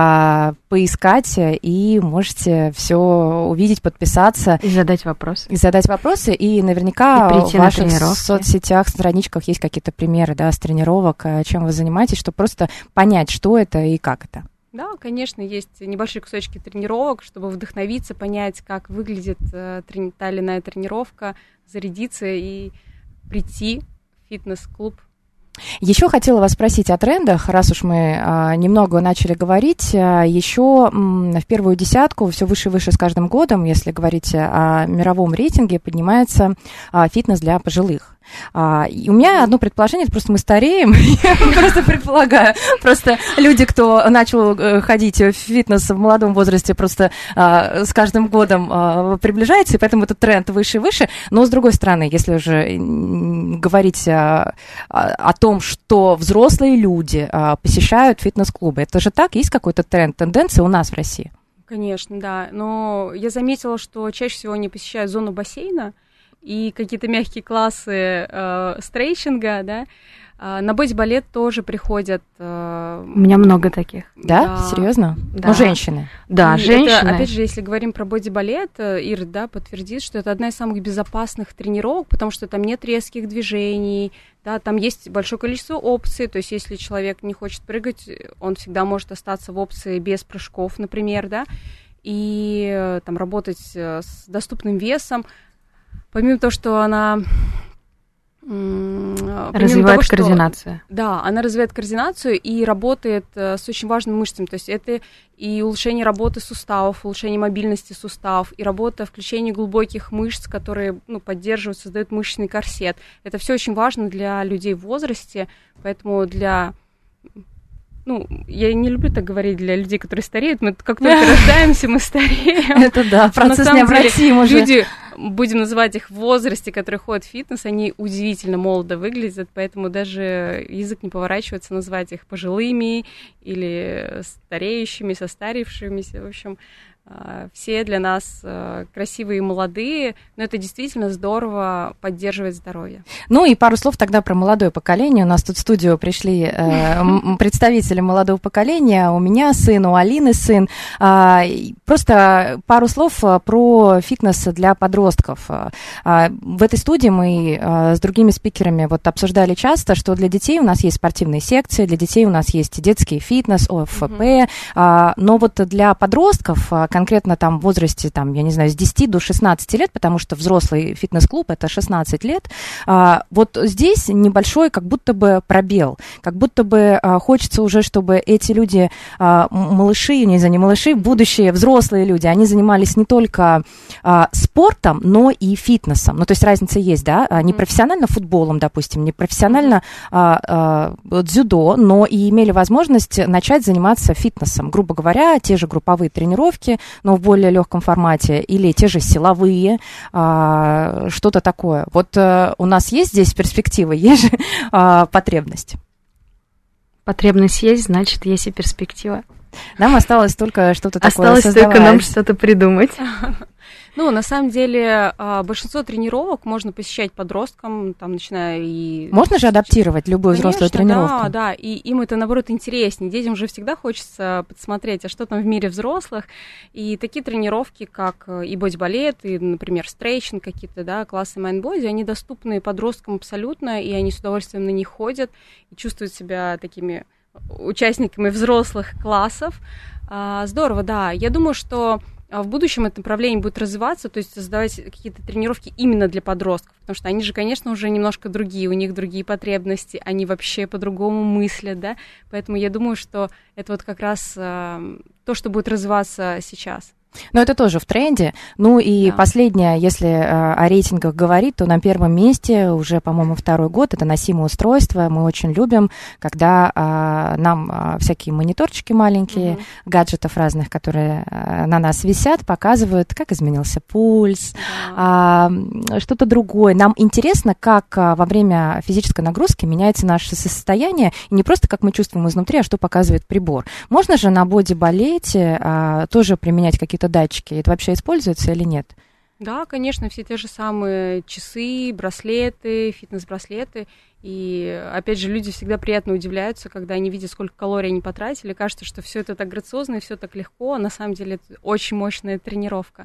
поискать и можете все увидеть, подписаться. И задать вопросы. И наверняка в ваших соцсетях, страничках есть какие-то примеры, да, с тренировок, чем вы занимаетесь, чтобы просто понять, что это и как это. Да, конечно, есть небольшие кусочки тренировок, чтобы вдохновиться, понять, как выглядит та или иная тренировка, зарядиться и прийти в фитнес-клуб. Еще хотела вас спросить о трендах, раз уж мы немного начали говорить. Еще в первую десятку, все выше и выше с каждым годом, если говорить о мировом рейтинге, поднимается фитнес для пожилых. И у меня одно предположение, это просто мы стареем, я просто предполагаю, просто люди, кто начал ходить в фитнес в молодом возрасте, просто с каждым годом приближается, и поэтому этот тренд выше и выше, но с другой стороны, если уже говорить о том, что взрослые люди посещают фитнес-клубы, это же так, есть какой-то тренд, тенденция у нас в России? Конечно, да, но я заметила, что чаще всего они посещают зону бассейна, и какие-то мягкие классы стрейчинга, да, на бодибалет тоже приходят. У меня много таких. Да? Серьезно? Да. Ну, женщины. Да, и женщины. Это, опять же, если говорим про бодибалет, Ира, да, подтвердит, что это одна из самых безопасных тренировок, потому что там нет резких движений, да, там есть большое количество опций, то есть если человек не хочет прыгать, он всегда может остаться в опции без прыжков, например, да, и там работать с доступным весом. Помимо того, что она Развивает координацию. Да, она развивает координацию и работает с очень важными мышцами. То есть это и улучшение работы суставов, улучшение мобильности суставов, и работа, включение глубоких мышц, которые поддерживают, создают мышечный корсет. Это все очень важно для людей в возрасте, поэтому для... я не люблю так говорить для людей, которые стареют. Мы как только рождаемся, мы стареем. Это да, процесс необратим уже. Люди, будем называть их в возрасте, которые ходят в фитнес, они удивительно молодо выглядят, поэтому даже язык не поворачивается назвать их пожилыми или стареющими, состарившимися. В общем, все для нас красивые и молодые, но это действительно здорово поддерживает здоровье. И пару слов тогда про молодое поколение. У нас тут в студию пришли представители молодого поколения. У меня сын, у Алины сын. Просто пару слов про фитнес для подростков. В этой студии мы с другими спикерами обсуждали часто, что для детей у нас есть спортивные секции, для детей у нас есть детский фитнес, ОФП, но для подростков, конкретно там в возрасте, я не знаю, с 10 до 16 лет, потому что взрослый фитнес-клуб – это 16 лет, здесь небольшой как будто бы пробел, как будто бы хочется уже, чтобы эти люди, малыши, не малыши, будущие взрослые люди, они занимались не только спортом, но и фитнесом. То есть разница есть, да, не профессионально футболом, допустим, не профессионально дзюдо, но и имели возможность начать заниматься фитнесом. Грубо говоря, те же групповые тренировки, но в более легком формате, или те же силовые, что-то такое. У нас есть здесь перспективы, есть же потребность. Потребность есть, значит, есть и перспектива. Нам осталось только что-то такое создавать. Осталось только нам что-то придумать. На самом деле, большинство тренировок можно посещать подросткам, начиная и... Можно же адаптировать любую взрослую тренировку? Да, и им это, наоборот, интереснее. Детям же всегда хочется подсмотреть, а что там в мире взрослых. И такие тренировки, как и бодибалет, и, например, стрейчинг какие-то, да, классы майндбоди, они доступны подросткам абсолютно, и они с удовольствием на них ходят и чувствуют себя такими участниками взрослых классов. Здорово, да. Я думаю, что в будущем это направление будет развиваться, то есть создавать какие-то тренировки именно для подростков, потому что они же, конечно, уже немножко другие, у них другие потребности, они вообще по-другому мыслят, да, поэтому я думаю, что это как раз то, что будет развиваться сейчас. Но это тоже в тренде. Последнее, если о рейтингах говорить, то на первом месте уже, по-моему, второй год это носимое устройство. Мы очень любим, когда нам всякие мониторчики маленькие, гаджетов разных, которые на нас висят, показывают, как изменился пульс, что-то другое. Нам интересно, как во время физической нагрузки меняется наше состояние, и не просто как мы чувствуем изнутри, а что показывает прибор. Можно же на бодибалете тоже применять какие-то датчики? Это вообще используется или нет? Да, конечно, все те же самые часы, браслеты, фитнес-браслеты. И, опять же, люди всегда приятно удивляются, когда они видят, сколько калорий они потратили. Кажется, что все это так грациозно и все так легко, а на самом деле это очень мощная тренировка.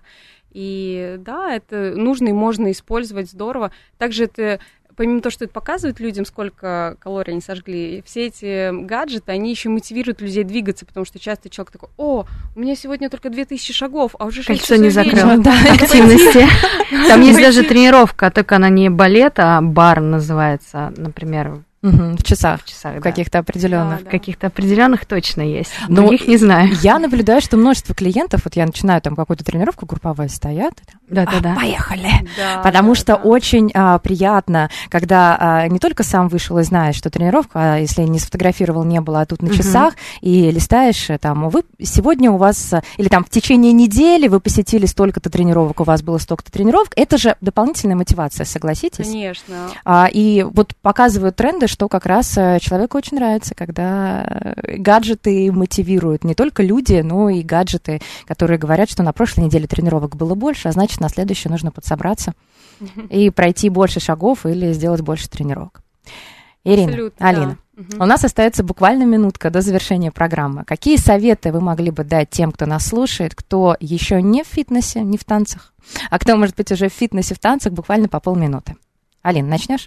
И да, это нужно и можно использовать здорово. Также это... Помимо того, что это показывает людям, сколько калорий они сожгли, все эти гаджеты, они еще мотивируют людей двигаться, потому что часто человек такой: о, у меня сегодня только 2000 шагов, а уже 6 часов кольцо не закрыло, да, активности. Там есть даже тренировка, только она не балет, а бар называется, например. В часах, в каких-то определенных. В каких-то определенных точно есть. Других не знаю. Я наблюдаю, что множество клиентов, я начинаю там какую-то тренировку групповую, стоят, поехали. Потому что очень приятно, когда не только сам вышел и знаешь, что тренировка, а если не сфотографировал, не было, а тут на часах, и листаешь, там, вы сегодня у вас, или там в течение недели вы посетили столько-то тренировок, у вас было столько-то тренировок, это же дополнительная мотивация, согласитесь? Конечно. И показывают тренды, что как раз человеку очень нравится, когда гаджеты мотивируют. Не только люди, но и гаджеты, которые говорят, что на прошлой неделе тренировок было больше, а значит, на следующей нужно подсобраться и пройти больше шагов или сделать больше тренировок. Ирина, абсолютно, Алина, у нас остается буквально минутка до завершения программы. Какие советы вы могли бы дать тем, кто нас слушает, кто еще не в фитнесе, не в танцах, а кто, может быть, уже в фитнесе, в танцах, буквально по полминуты? Алина, начнешь?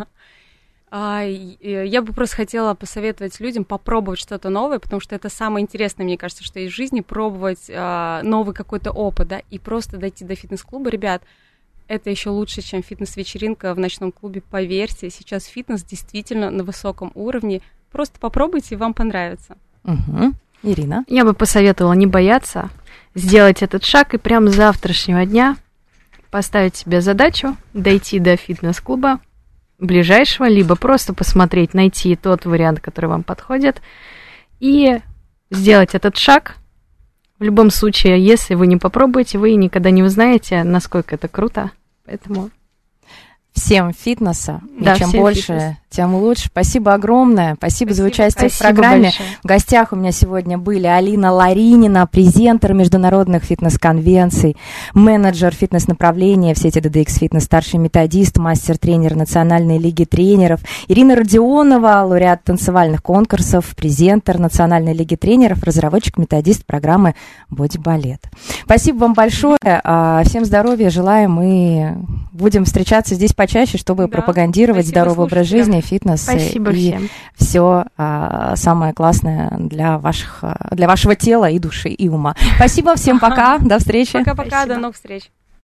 Я бы просто хотела посоветовать людям попробовать что-то новое, потому что это самое интересное, мне кажется, что есть в жизни, пробовать новый какой-то опыт, да, и просто дойти до фитнес-клуба. Ребят, это еще лучше, чем фитнес-вечеринка в ночном клубе, поверьте. Сейчас фитнес действительно на высоком уровне. Просто попробуйте, вам понравится. Угу. Ирина? Я бы посоветовала не бояться, сделать этот шаг и прямо с завтрашнего дня поставить себе задачу дойти до фитнес-клуба ближайшего, либо просто посмотреть, найти тот вариант, который вам подходит, и сделать этот шаг. В любом случае, если вы не попробуете, вы никогда не узнаете, насколько это круто. Поэтому... Всем фитнеса, да, и чем больше, фитнес, тем лучше. Спасибо огромное, спасибо за участие в программе. Большое. В гостях у меня сегодня были Алина Ларинина, презентер международных фитнес-конвенций, менеджер фитнес-направления в сети DDX Fitness, старший методист, мастер-тренер Национальной лиги тренеров, Ирина Родионова, лауреат танцевальных конкурсов, презентер Национальной лиги тренеров, разработчик-методист программы «Боди-балет». Спасибо вам большое, всем здоровья желаем и будем встречаться здесь почаще, чтобы пропагандировать здоровый образ жизни, фитнес. Спасибо и всем. Все самое классное для вашего тела и души, и ума. Спасибо всем, пока, до встречи. Пока-пока, до новых встреч.